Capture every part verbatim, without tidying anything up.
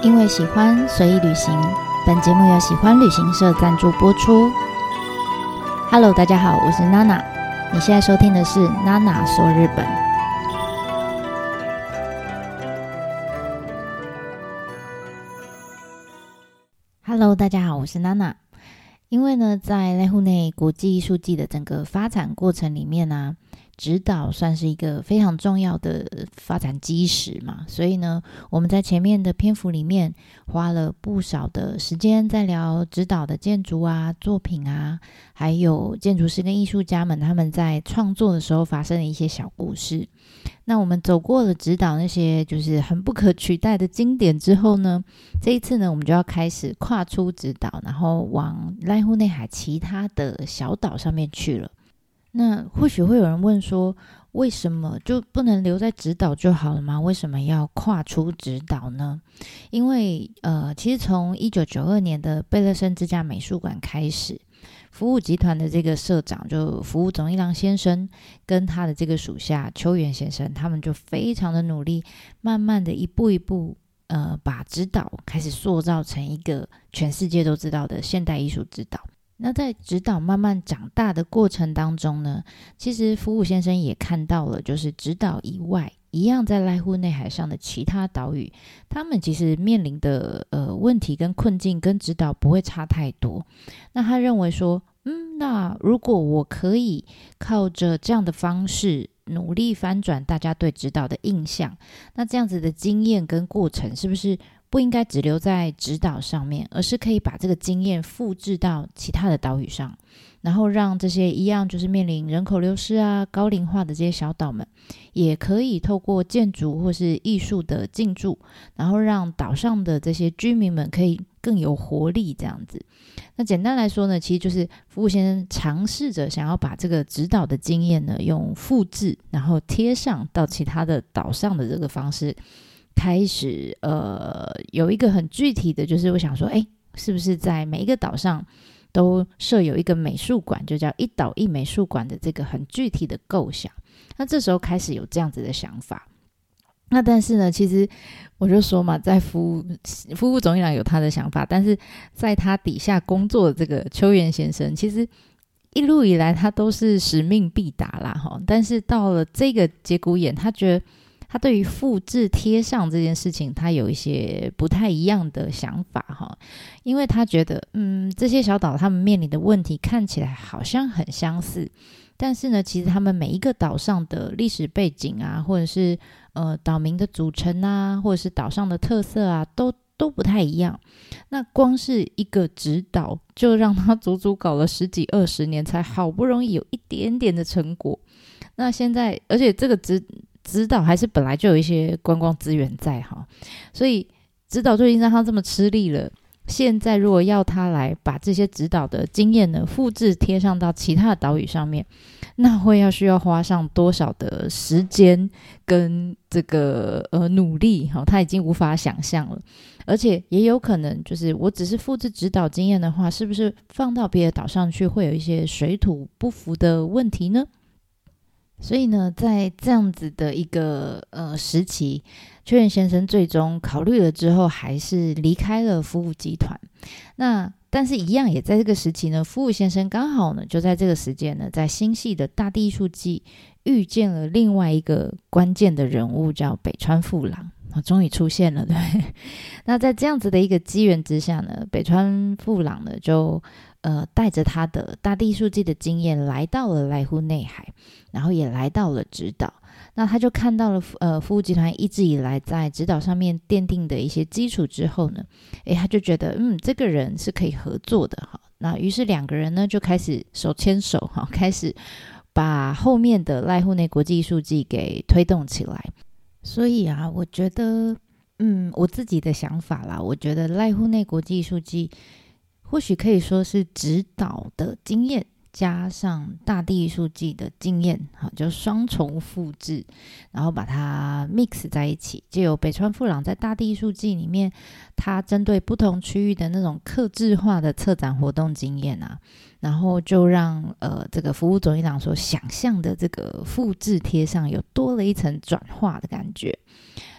因为喜欢随意旅行，本节目由喜欢旅行社赞助播出。Hello， 大家好，我是娜娜，你现在收听的是娜娜说日本。Hello， 大家好，我是娜娜。因为呢，在濑户内国际艺术季的整个发展过程里面呢、啊，指导算是一个非常重要的发展基石嘛，所以呢，我们在前面的篇幅里面花了不少的时间在聊指导的建筑啊、作品啊，还有建筑师跟艺术家们他们在创作的时候发生的一些小故事。那我们走过了指导那些就是很不可取代的经典之后呢，这一次呢，我们就要开始跨出指导，然后往濑户内海其他的小岛上面去了。那或许会有人问说，为什么就不能留在指导就好了吗？为什么要跨出指导呢？因为呃，其实从一九九二年的贝勒森之家美术馆开始，服务集团的这个社长就服务总一郎先生跟他的这个属下秋元先生，他们就非常的努力，慢慢的一步一步呃，把指导开始塑造成一个全世界都知道的现代艺术指导。那在指导慢慢长大的过程当中呢，其实福武先生也看到了，就是指导以外一样在濑户内海上的其他岛屿，他们其实面临的呃问题跟困境跟指导不会差太多。那他认为说，嗯，那如果我可以靠着这样的方式努力翻转大家对指导的印象，那这样子的经验跟过程是不是不应该只留在指导上面，而是可以把这个经验复制到其他的岛屿上，然后让这些一样就是面临人口流失啊、高龄化的这些小岛们，也可以透过建筑或是艺术的进驻，然后让岛上的这些居民们可以更有活力这样子。那简单来说呢，其实就是服务先生尝试着想要把这个指导的经验呢，用复制然后贴上到其他的岛上的这个方式，开始呃有一个很具体的，就是我想说，哎，是不是在每一个岛上都设有一个美术馆，就叫一岛一美术馆的这个很具体的构想。那这时候开始有这样子的想法。那但是呢，其实我就说嘛，在服务服务总一郎有他的想法，但是在他底下工作的这个秋元先生，其实一路以来他都是使命必达啦齁，但是到了这个节骨眼，他觉得他对于复制贴上这件事情，他有一些不太一样的想法哈，因为他觉得，嗯，这些小岛他们面临的问题看起来好像很相似，但是呢，其实他们每一个岛上的历史背景啊，或者是呃岛民的组成啊，或者是岛上的特色啊，都都不太一样。那光是一个指导，就让他足足搞了十几二十年，才好不容易有一点点的成果。那现在，而且这个指指导还是本来就有一些观光资源在哈，所以指导就已经让他这么吃力了。现在如果要他来把这些指导的经验呢复制贴上到其他的岛屿上面，那会要需要花上多少的时间跟这个呃努力哈，他已经无法想象了。而且也有可能就是我只是复制指导经验的话，是不是放到别的岛上去会有一些水土不服的问题呢？所以呢，在这样子的一个呃时期，秋元先生最终考虑了之后，还是离开了服务集团。那但是，一样也在这个时期呢，服务先生刚好呢，就在这个时间呢，在新系的大地艺术季遇见了另外一个关键的人物，叫北川富朗。哦、终于出现了，对。那在这样子的一个机缘之下呢，北川富朗呢就呃带着他的大地艺术季的经验来到了濑户内海，然后也来到了指导。那他就看到了呃服务集团一直以来在指导上面奠定的一些基础之后呢，诶他就觉得嗯这个人是可以合作的哈。那于是两个人呢就开始手牵手哈，开始把后面的濑户内国际艺术季给推动起来。所以啊，我觉得嗯我自己的想法啦，我觉得濑户内国际艺术季或许可以说是指导的经验加上大地艺术季的经验，好，就双重复制，然后把它 mix 在一起。就有北川富朗在大地艺术季里面，他针对不同区域的那种客制化的策展活动经验啊，然后就让呃这个服务总一郎所想象的这个复制贴上有多了一层转化的感觉。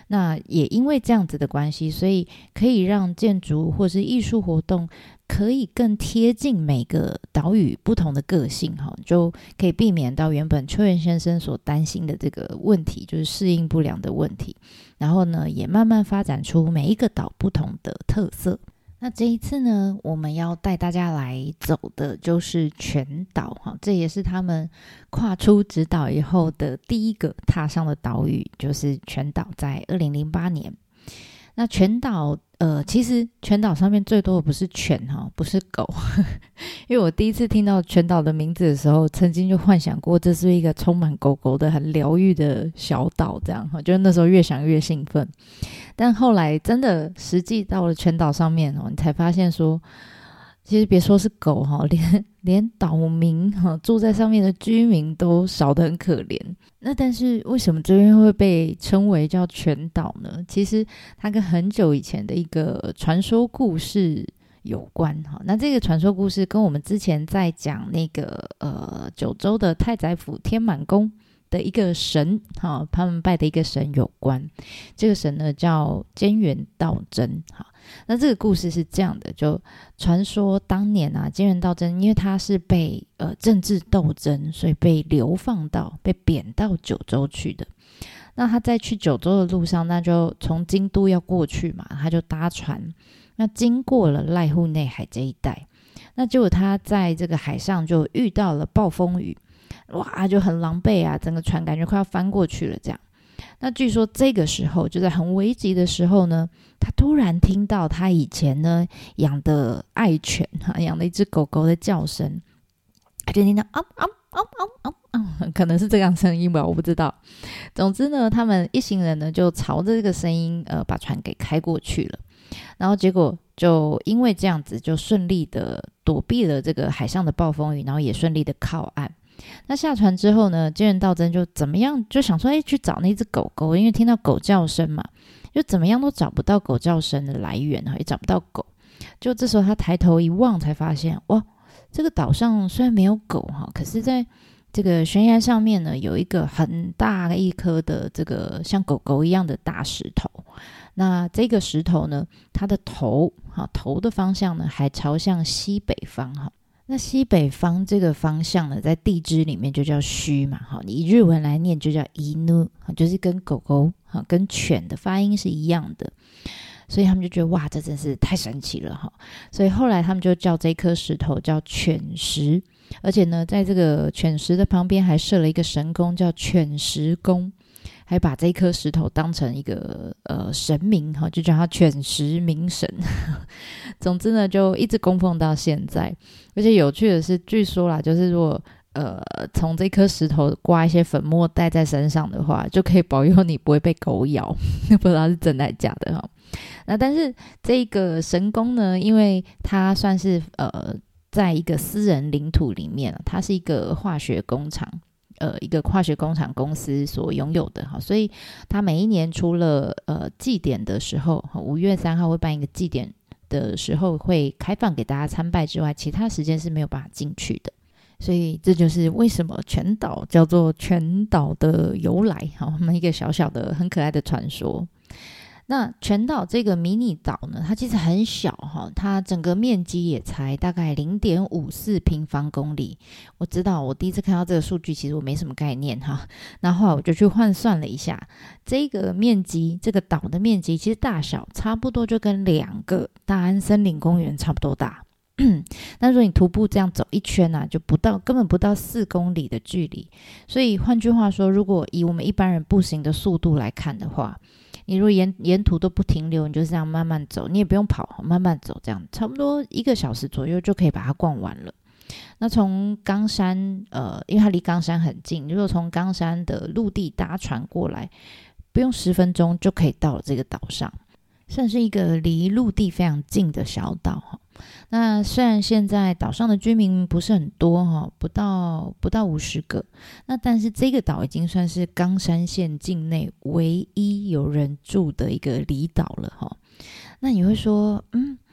那也因为这样子的关系，所以可以让建筑或是艺术活动可以更贴近每个岛屿不同的个性，就可以避免到原本秋元先生所担心的这个问题，就是适应不良的问题。然后呢，也慢慢发展出每一个岛不同的特色。那这一次呢，我们要带大家来走的就是全岛，这也是他们跨出直岛以后的第一个踏上的岛屿，就是全岛，在二零零八年。那全岛呃，其实全岛上面最多的不是犬哈，不是狗因为我第一次听到全岛的名字的时候，曾经就幻想过这是一个充满狗狗的很疗愈的小岛，这样就是那时候越想越兴奋。但后来真的实际到了全岛上面哦，你才发现说，其实别说是狗哈，连连岛民哈住在上面的居民都少得很可怜。那但是为什么这边会被称为叫全岛呢？其实它跟很久以前的一个传说故事有关哈。那这个传说故事跟我们之前在讲那个呃九州的太宰府天满宫的一个神哈，他们拜的一个神有关。这个神呢叫菅原道真哈。那这个故事是这样的，就传说当年啊，菅原道真因为他是被呃政治斗争，所以被流放到被贬到九州去的。那他在去九州的路上，那就从京都要过去嘛，他就搭船，那经过了濑户内海这一带，那结果他在这个海上就遇到了暴风雨，哇，就很狼狈啊，整个船感觉快要翻过去了这样。那据说这个时候就在很危急的时候呢，他突然听到他以前呢养的爱犬养的一只狗狗的叫声，他就听到嗷嗷嗷嗷嗷，可能是这样声音吧，我不知道。总之呢，他们一行人呢就朝着这个声音呃把船给开过去了。然后结果就因为这样子，就顺利的躲避了这个海上的暴风雨，然后也顺利的靠岸。那下船之后呢，菅原道真就怎么样就想说哎，去找那只狗狗，因为听到狗叫声嘛，就怎么样都找不到狗叫声的来源，也找不到狗。就这时候他抬头一望，才发现哇，这个岛上虽然没有狗，可是在这个悬崖上面呢，有一个很大一颗的这个像狗狗一样的大石头。那这个石头呢，它的头头的方向呢还朝向西北方。那西北方这个方向呢，在地支里面就叫虚嘛，你以日文来念就叫伊努，就是跟狗狗跟犬的发音是一样的。所以他们就觉得哇，这真是太神奇了哈！所以后来他们就叫这颗石头叫犬石，而且呢，在这个犬石的旁边还设了一个神宫，叫犬石宫，还把这颗石头当成一个呃神明哈，就叫它犬石明神。总之呢，就一直供奉到现在。而且有趣的是，据说啦，就是如果呃从这颗石头刮一些粉末带在身上的话，就可以保佑你不会被狗咬。不知道是真的还是假的哈。那但是这个神宫呢，因为它算是呃在一个私人领土里面，它是一个化学工厂，呃一个化学工厂公司所拥有的哈，所以它每一年除了呃祭典的时候，五月三号会办一个祭典的时候会开放给大家参拜之外，其他时间是没有办法进去的。所以这就是为什么全岛叫做全岛的由来，好，我们一个小小的很可爱的传说。那全岛这个迷你岛呢，它其实很小，它整个面积也才大概 零点五四平方公里。我知道我第一次看到这个数据，其实我没什么概念哈。那后来我就去换算了一下，这个面积，这个岛的面积其实大小差不多就跟两个大安森林公园差不多大。那如果你徒步这样走一圈啊，就不到根本不到四公里的距离。所以换句话说，如果以我们一般人步行的速度来看的话，你如果沿沿途都不停留，你就这样慢慢走，你也不用跑，慢慢走，这样差不多一个小时左右就可以把它逛完了。那从冈山呃，因为它离冈山很近，如果从冈山的陆地搭船过来，不用十分钟就可以到了这个岛上，算是一个离陆地非常近的小岛。那虽然现在岛上的居民不是很多，不到不到五十个，那但是这个岛已经算是冈山县境内唯一有人住的一个离岛了。那你会说，嗯，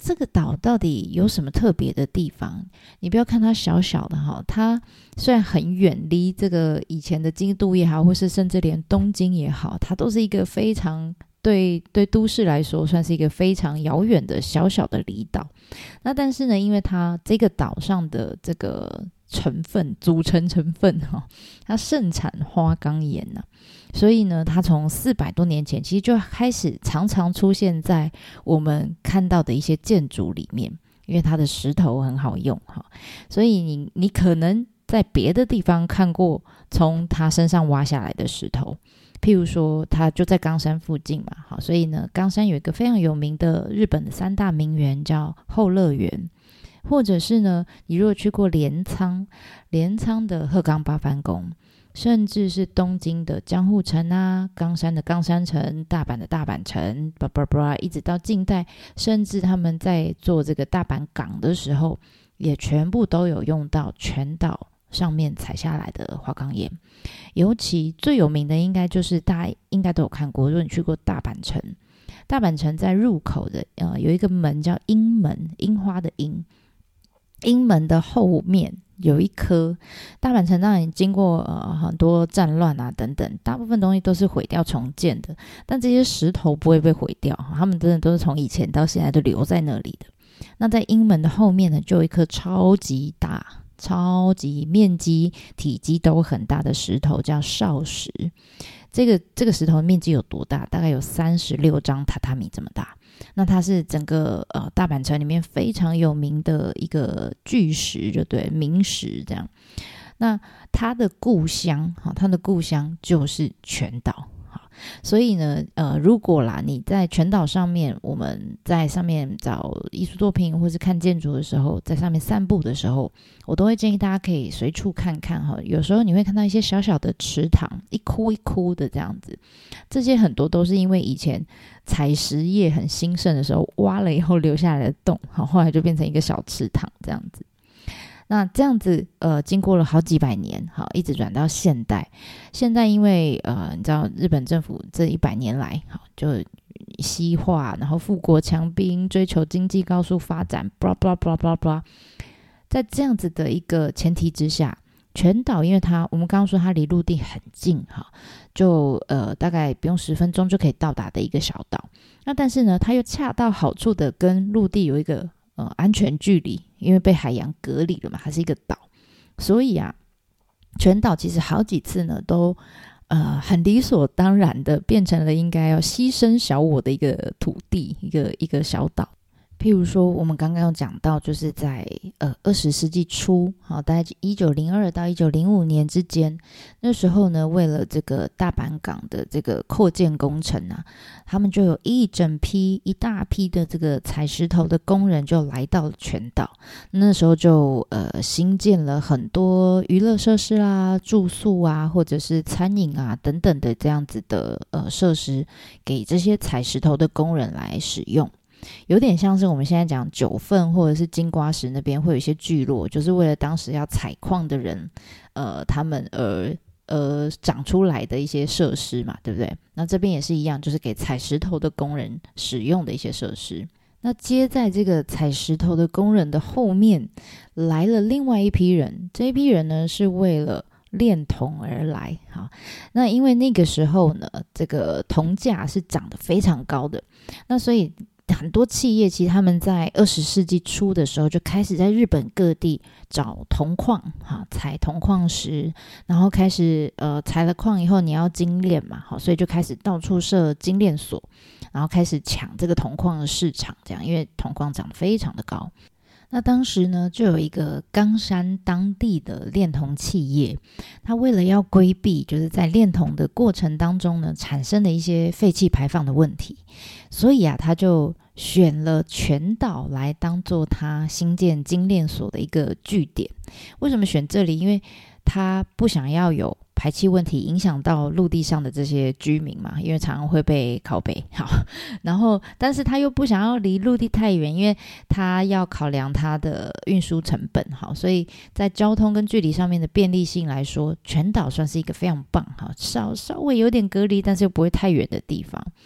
这个岛到底有什么特别的地方？你不要看它小小的哈，它虽然很远离这个以前的京都也好，或是甚至连东京也好，它都是一个非常对对都市来说算是一个非常遥远的小小的离岛。那但是呢，因为它这个岛上的这个成分组成成分哈，它盛产花岗岩呐、啊，所以呢，它从四百多年前其实就开始常常出现在我们看到的一些建筑里面，因为它的石头很好用哈，所以你你可能在别的地方看过从它身上挖下来的石头，譬如说它就在冈山附近嘛，好，所以呢，冈山有一个非常有名的日本的三大名园叫后乐园。或者是呢，你如果去过镰仓，镰仓的鹤冈八幡宫，甚至是东京的江户城啊，冈山的冈山城，大阪的大阪城，叭叭叭，一直到近代，甚至他们在做这个大阪港的时候，也全部都有用到全岛上面采下来的花岗岩。尤其最有名的应该就是大家应该都有看过，如果你去过大阪城，大阪城在入口的呃有一个门叫樱门，樱花的樱。樱门的后面有一颗，大阪城当然经过呃很多战乱啊等等，大部分东西都是毁掉重建的，但这些石头不会被毁掉，他们真的都是从以前到现在都留在那里的。那在樱门的后面呢，就有一颗超级大、超级面积、体积都很大的石头，叫少石。这个这个石头的面积有多大？大概有三十六张榻榻米这么大。那它是整个呃大阪城里面非常有名的一个巨石，就对，名石这样。那它的故乡，哈，它的故乡就是全岛。所以呢，呃，如果啦你在全岛上面，我们在上面找艺术作品或是看建筑的时候，在上面散步的时候，我都会建议大家可以随处看看哈。有时候你会看到一些小小的池塘，一窟一窟的这样子，这些很多都是因为以前采石业很兴盛的时候挖了以后留下来的洞，好，后来就变成一个小池塘这样子。那这样子呃，经过了好几百年，好，一直转到现代。现代因为呃，你知道日本政府这一百年来，好，就西化，然后富国强兵，追求经济高速发展 blah blah blah blah blah。 在这样子的一个前提之下，全岛因为它我们刚刚说它离陆地很近哈，就呃大概不用十分钟就可以到达的一个小岛。那但是呢，它又恰到好处的跟陆地有一个呃安全距离，因为被海洋隔离了嘛，它是一个岛，所以啊，全岛其实好几次呢都呃很理所当然的变成了应该要牺牲小我的一个土地，一个一个小岛。譬如说我们刚刚有讲到，就是在呃二十世纪初，好，大概一九零二到一九零五年之间，那时候呢，为了这个大阪港的这个扩建工程啊，他们就有一整批一大批的这个采石头的工人就来到了全岛。那时候就呃新建了很多娱乐设施啦、住宿啊，或者是餐饮啊等等的这样子的呃设施，给这些采石头的工人来使用。有点像是我们现在讲九份或者是金瓜石那边会有一些聚落，就是为了当时要采矿的人呃他们而呃长出来的一些设施嘛，对不对？那这边也是一样，就是给采石头的工人使用的一些设施。那接在这个采石头的工人的后面来了另外一批人，这一批人呢是为了炼铜而来。好，那因为那个时候呢，这个铜价是涨得非常高的，那所以很多企业其实他们在二十世纪初的时候就开始在日本各地找铜矿，哈，采铜矿石，然后开始呃采了矿以后你要精炼嘛，好，所以就开始到处设精炼所，然后开始抢这个铜矿的市场，这样因为铜矿涨得非常的高。那当时呢，就有一个冈山当地的炼铜企业，他为了要规避就是在炼铜的过程当中呢产生的一些废气排放的问题，所以啊，他就选了全岛来当做他新建精炼所的一个据点。为什么选这里？因为他不想要有排气问题影响到陆地上的这些居民嘛，因为常常会被靠北。好，然后但是他又不想要离陆地太远，因为他要考量他的运输成本。好，所以在交通跟距离上面的便利性来说，全岛算是一个非常棒，好，稍稍微有点隔离，但是又不会太远的地方。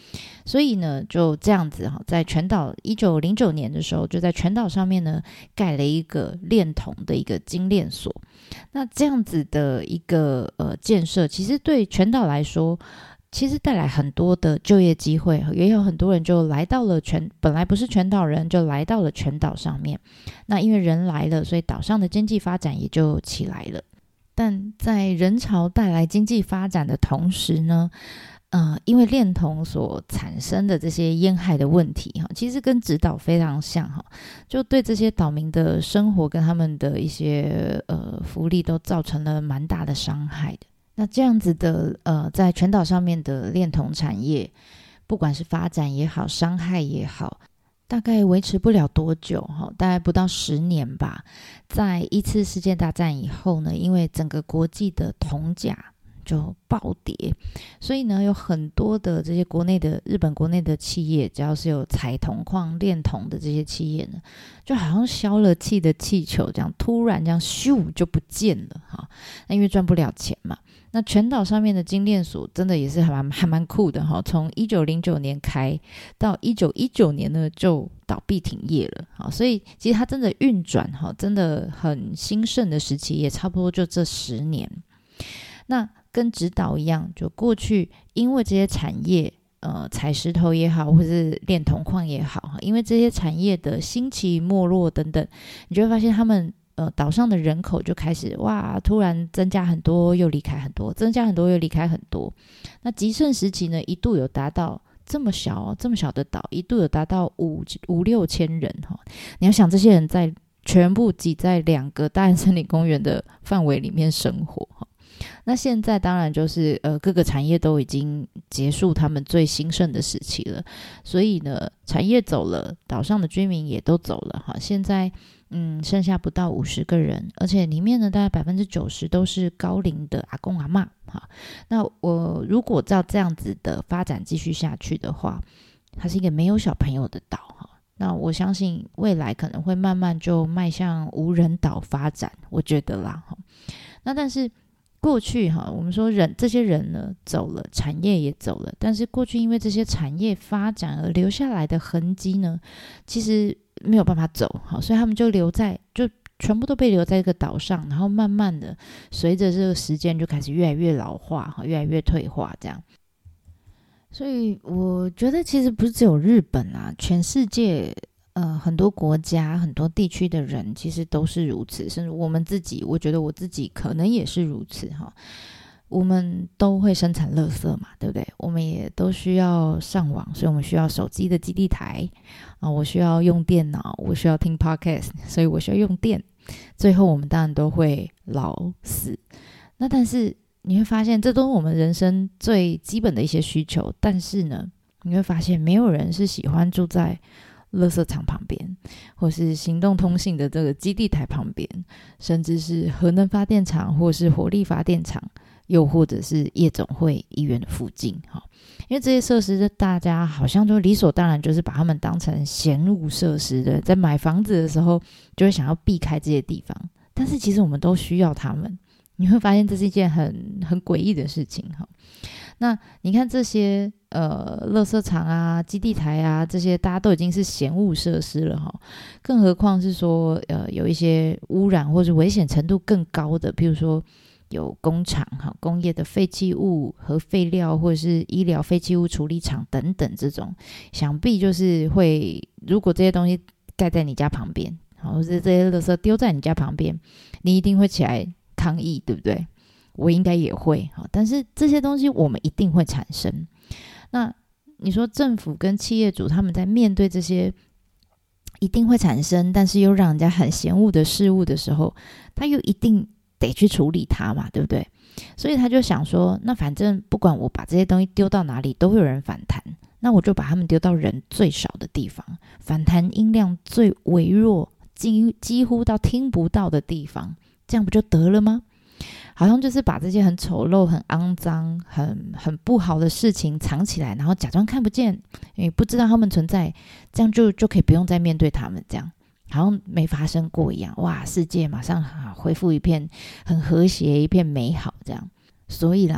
所以呢就这样子在全岛一九零九年的时候，就在全岛上面呢盖了一个炼铜的一个精炼所。那这样子的一个呃建设，其实对全岛来说其实带来很多的就业机会，也有很多人就来到了全本来不是全岛人就来到了全岛上面。那因为人来了，所以岛上的经济发展也就起来了。但在人潮带来经济发展的同时呢，呃，因为炼铜所产生的这些烟害的问题，其实跟直岛非常像，就对这些岛民的生活跟他们的一些呃福利都造成了蛮大的伤害的。那这样子的呃，在全岛上面的炼铜产业，不管是发展也好，伤害也好，大概维持不了多久，大概不到十年吧。在一次世界大战以后呢，因为整个国际的铜价就暴跌，所以呢有很多的这些国内的日本国内的企业，只要是有采铜矿炼铜的这些企业呢，就好像消了气的气球这样，突然这样咻就不见了哈。那因为赚不了钱嘛。那全岛上面的精炼所真的也是还蛮还蛮酷的哈，从一九零九年开到一九一九年呢就倒闭停业了哈，所以其实它真的运转哈，真的很兴盛的时期也差不多就这十年。那跟直岛一样，就过去因为这些产业呃，采石头也好，或是炼铜矿也好，因为这些产业的兴起没落等等，你就会发现他们呃，岛上的人口就开始哇，突然增加很多，又离开很多，增加很多又离开很多。那极盛时期呢，一度有达到这么小、哦、这么小的岛，一度有达到五五六千人哈、哦。你要想，这些人在全部挤在两个大安森林公园的范围里面生活哈。那现在当然就是呃各个产业都已经结束他们最兴盛的时期了，所以呢产业走了，岛上的居民也都走了哈。现在嗯剩下不到五十个人，而且里面呢大概百分之九十都是高龄的阿公阿嬷哈。那我如果照这样子的发展继续下去的话，它是一个没有小朋友的岛哈。那我相信未来可能会慢慢就迈向无人岛发展，我觉得啦哈。那但是过去哈，我们说人这些人呢走了，产业也走了，但是过去因为这些产业发展而留下来的痕迹呢，其实没有办法走，好，所以他们就留在，就全部都被留在一个岛上，然后慢慢的随着这个时间就开始越来越老化，越来越退化这样。所以我觉得其实不是只有日本啊，全世界呃，很多国家很多地区的人其实都是如此，甚至我们自己，我觉得我自己可能也是如此哈。我们都会生产垃圾嘛，对不对？我们也都需要上网，所以我们需要手机的基地台啊，我需要用电脑，我需要听 podcast， 所以我需要用电。最后我们当然都会老死。那但是你会发现，这都是我们人生最基本的一些需求。但是呢，你会发现没有人是喜欢住在垃圾场旁边，或是行动通信的这个基地台旁边，甚至是核能发电厂或是火力发电厂，又或者是夜总会医院的附近。因为这些设施大家好像就理所当然就是把它们当成嫌恶设施的，在买房子的时候就会想要避开这些地方，但是其实我们都需要它们。你会发现这是一件很很诡异的事情。那你看这些呃，垃圾场啊、基地台啊，这些大家都已经是嫌恶设施了哈，更何况是说呃，有一些污染或是危险程度更高的，比如说有工厂哈、工业的废弃物和废料，或者是医疗废弃物处理厂等等，这种想必就是会，如果这些东西盖在你家旁边，或是这些垃圾丢在你家旁边，你一定会起来抗议，对不对？我应该也会，但是这些东西我们一定会产生。那你说政府跟企业主他们在面对这些一定会产生但是又让人家很嫌恶的事物的时候，他又一定得去处理它嘛，对不对？所以他就想说，那反正不管我把这些东西丢到哪里都会有人反弹，那我就把它们丢到人最少的地方，反弹音量最微弱，几几乎到听不到的地方，这样不就得了吗？好像就是把这些很丑陋、很肮脏、很很不好的事情藏起来，然后假装看不见，也不知道他们存在，这样就就可以不用再面对他们，这样好像没发生过一样。哇，世界马上、啊、恢复一片很和谐、一片美好这样。所以啦，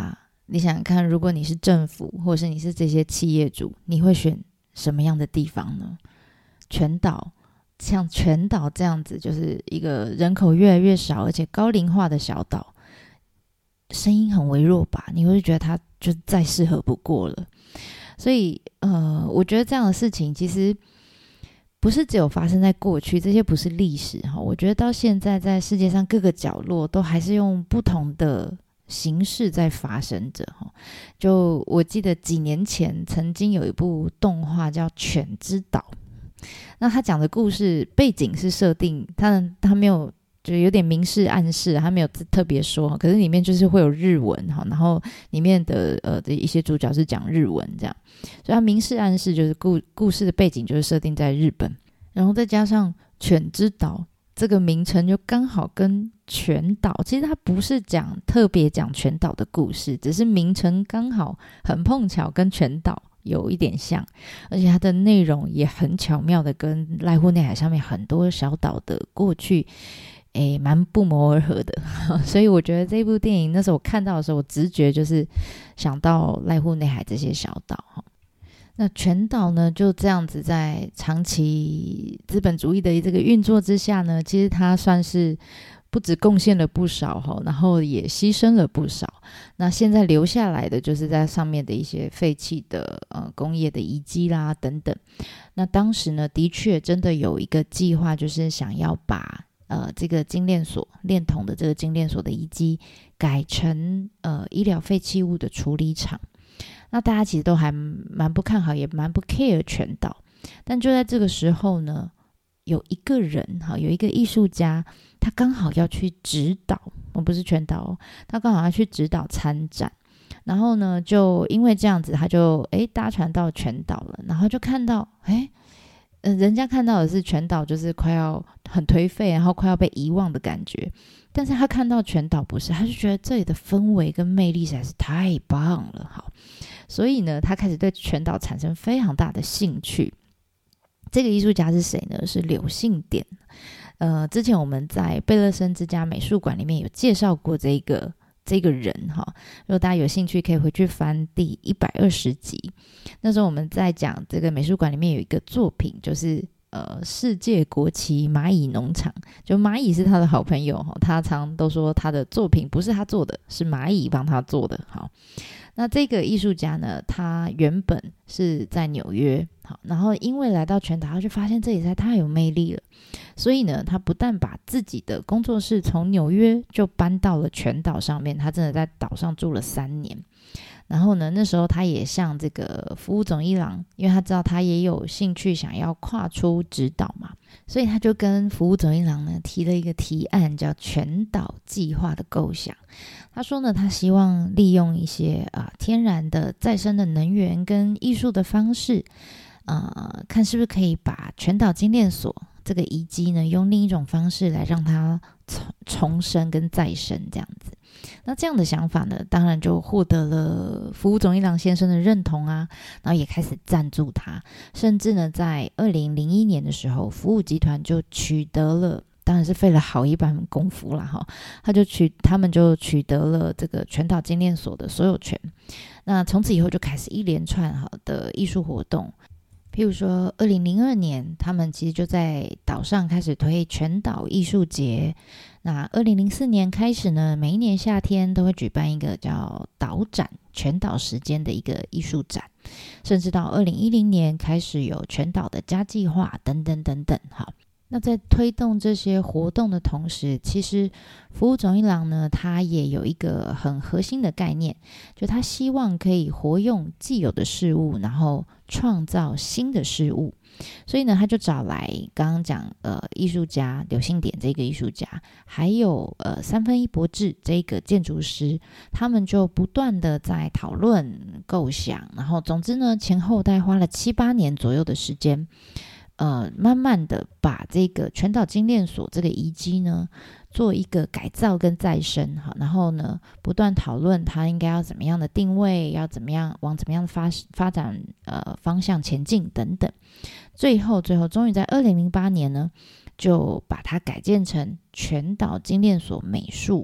你想想看，如果你是政府或是你是这些企业主，你会选什么样的地方呢？全岛，像全岛这样子，就是一个人口越来越少而且高龄化的小岛，声音很微弱吧，你会觉得它就再适合不过了。所以呃，我觉得这样的事情其实不是只有发生在过去，这些不是历史，我觉得到现在在世界上各个角落都还是用不同的形式在发生着。就我记得几年前曾经有一部动画叫《犬之岛》，那他讲的故事背景是设定他他没有就有点明示暗示，他没有特别说，可是里面就是会有日文，然后里面的呃的一些主角是讲日文这样，所以他明示暗示就是故故事的背景就是设定在日本，然后再加上犬之岛这个名称就刚好跟全岛，其实它不是讲特别讲全岛的故事，只是名称刚好很碰巧跟全岛有一点像，而且它的内容也很巧妙的跟濑户内海上面很多小岛的过去诶，蛮不谋而合的所以我觉得这部电影那时候我看到的时候，我直觉就是想到濑户内海这些小岛。那全岛呢就这样子在长期资本主义的这个运作之下呢，其实它算是不止贡献了不少，然后也牺牲了不少。那现在留下来的就是在上面的一些废弃的呃工业的遗迹啦等等。那当时呢的确真的有一个计划，就是想要把呃，这个精炼所炼铜的这个精炼所的遗迹改成呃医疗废弃物的处理厂。那大家其实都还蛮不看好，也蛮不 care 全岛。但就在这个时候呢，有一个人哈，有一个艺术家，他刚好要去指导，我不是全岛哦，他刚好要去指导参展。然后呢，就因为这样子，他就诶搭船到全岛了，然后就看到诶呃，人家看到的是全岛就是快要很颓废，然后快要被遗忘的感觉，但是他看到全岛不是，他就觉得这里的氛围跟魅力实在是太棒了。好，所以呢他开始对全岛产生非常大的兴趣。这个艺术家是谁呢？是柳信典。呃，之前我们在贝勒森之家美术馆里面有介绍过这个这个人哈，如果大家有兴趣可以回去翻第一百二十集。那时候我们在讲这个美术馆里面有一个作品，就是呃世界国旗蚂蚁农场，就蚂蚁是他的好朋友，他常都说他的作品不是他做的，是蚂蚁帮他做的。好，那这个艺术家呢，他原本是在纽约，好，然后因为来到全岛，他就发现这里实在太有魅力了，所以呢他不但把自己的工作室从纽约就搬到了全岛上面，他真的在岛上住了三年。然后呢那时候他也向这个服务总一郎，因为他知道他也有兴趣想要跨出指导嘛，所以他就跟服务总一郎呢提了一个提案，叫全岛计划的构想。他说呢他希望利用一些、呃、天然的再生的能源跟艺术的方式，呃，看是不是可以把全岛精炼所这个遗迹呢用另一种方式来让它重生跟再生这样子。那这样的想法呢当然就获得了服务总一郎先生的认同啊，然后也开始赞助他，甚至呢在二零零一年的时候，服务集团就取得了，当然是费了好一番功夫啦哈，他就取他们就取得了这个全岛精炼所的所有权。那从此以后就开始一连串好的艺术活动，譬如说二零零二年他们其实就在岛上开始推全岛艺术节。那二零零四年开始呢，每一年夏天都会举办一个叫岛展全岛时间的一个艺术展，甚至到二零一零年开始有全岛的家计划等等等等。好，那在推动这些活动的同时，其实服务总一郎呢他也有一个很核心的概念，就他希望可以活用既有的事物，然后创造新的事物。所以呢他就找来刚刚讲呃艺术家柳信典这个艺术家，还有呃三分一博志这个建筑师，他们就不断的在讨论构想，然后总之呢前后大概花了七八年左右的时间，呃，慢慢的把这个全岛精炼所这个遗迹呢做一个改造跟再生，好，然后呢不断讨论它应该要怎么样的定位，要怎么样往怎么样的发发展呃方向前进等等。最后最后终于在二零零八年呢就把它改建成全岛精炼所美术馆。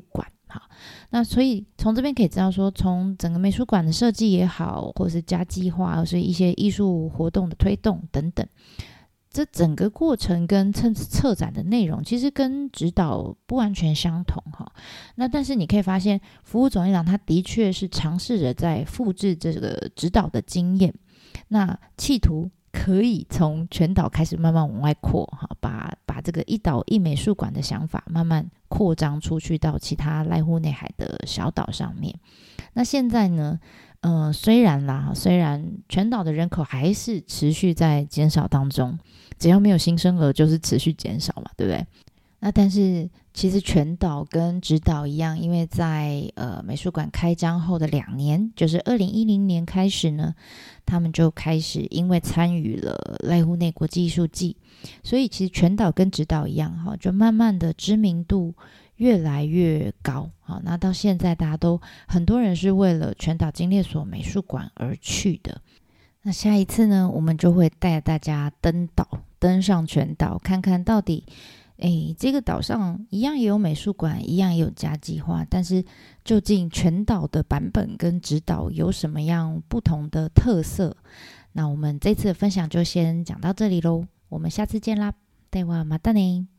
好，那所以从这边可以知道说，从整个美术馆的设计也好，或者是家计划，或是一些艺术活动的推动等等，这整个过程跟策策展的内容其实跟指导不完全相同哈。那但是你可以发现，服务总监长他的确是尝试着在复制这个指导的经验，那企图可以从全岛开始慢慢往外扩哈，把把这个一岛一美术馆的想法慢慢扩张出去到其他濑户内海的小岛上面。那现在呢，呃，虽然啦，虽然全岛的人口还是持续在减少当中，只要没有新生儿就是持续减少嘛，对不对？那但是其实全岛跟直岛一样，因为在呃美术馆开张后的两年，就是二零一零年开始呢，他们就开始因为参与了濑户内国际艺术季，所以其实全岛跟直岛一样哈，就慢慢的知名度越来越高。好，那到现在大家都很多人是为了全岛精列所美术馆而去的。那下一次呢，我们就会带大家登岛，登上全岛，看看到底诶，这个岛上一样也有美术馆，一样也有家计划，但是究竟全岛的版本跟直岛有什么样不同的特色？那我们这次的分享就先讲到这里咯，我们下次见啦，ではまたね。